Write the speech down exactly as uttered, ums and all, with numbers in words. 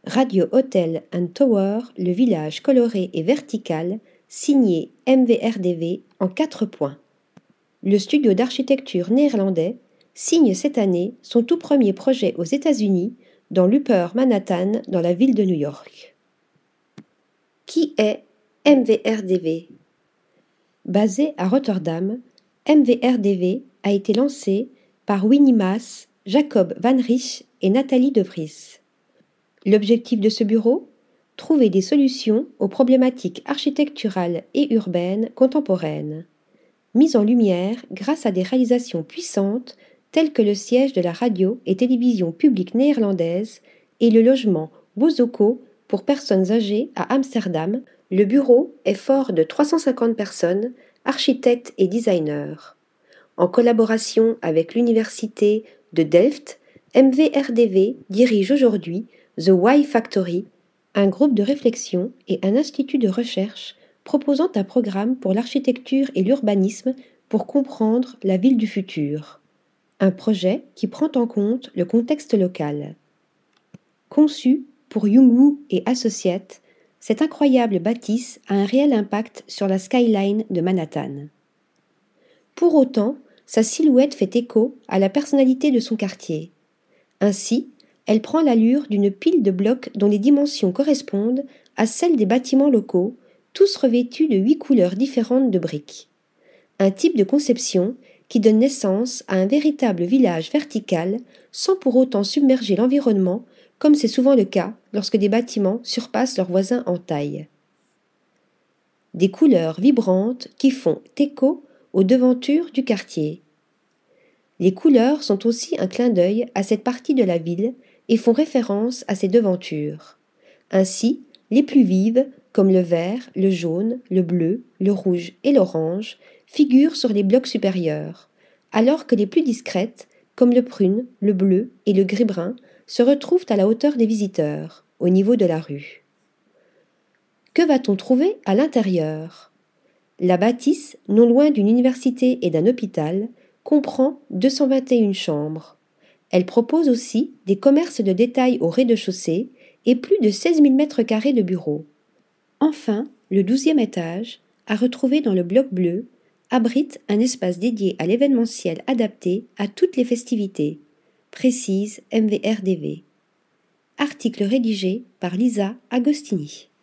Radio Hotel and Tower, le village coloré et vertical, signé M V R D V en quatre points. Le studio d'architecture néerlandais signe cette année son tout premier projet aux États-Unis, dans l'Upper Manhattan, dans la ville de New York. Qui est M V R D V? Basé à Rotterdam, M V R D V a été lancé par Winnie Maas, Jacob Van Riech et Nathalie De Vries. L'objectif de ce bureau? Trouver des solutions aux problématiques architecturales et urbaines contemporaines, mises en lumière grâce à des réalisations puissantes telles que le siège de la radio et télévision publique néerlandaise et le logement Bozoko pour personnes âgées à Amsterdam. Le bureau est fort de trois cent cinquante personnes, architectes et designers. En collaboration avec l'université de Delft, M V R D V dirige aujourd'hui The Why Factory, un groupe de réflexion et un institut de recherche proposant un programme pour l'architecture et l'urbanisme pour comprendre la ville du futur. Un projet qui prend en compte le contexte local. Conçu pour Youngwoo et Associates, cette incroyable bâtisse a un réel impact sur la skyline de Manhattan. Pour autant, sa silhouette fait écho à la personnalité de son quartier. Ainsi, elle prend l'allure d'une pile de blocs dont les dimensions correspondent à celles des bâtiments locaux, tous revêtus de huit couleurs différentes de briques. Un type de conception qui donne naissance à un véritable village vertical sans pour autant submerger l'environnement, comme c'est souvent le cas lorsque des bâtiments surpassent leurs voisins en taille. Des couleurs vibrantes qui font écho aux devantures du quartier. Les couleurs sont aussi un clin d'œil à cette partie de la ville et font référence à ces devantures. Ainsi, les plus vives, comme le vert, le jaune, le bleu, le rouge et l'orange, figurent sur les blocs supérieurs, alors que les plus discrètes, comme le prune, le bleu et le gris-brun, se retrouvent à la hauteur des visiteurs, au niveau de la rue. Que va-t-on trouver à l'intérieur? La bâtisse, non loin d'une université et d'un hôpital, comprend deux cent vingt et une chambres. Elle propose aussi des commerces de détail au rez-de-chaussée et plus de seize mille mètres carrés de bureaux. Enfin, le douzième étage, à retrouver dans le bloc bleu, abrite un espace dédié à l'événementiel adapté à toutes les festivités, précise M V R D V. Article rédigé par Lisa Agostini.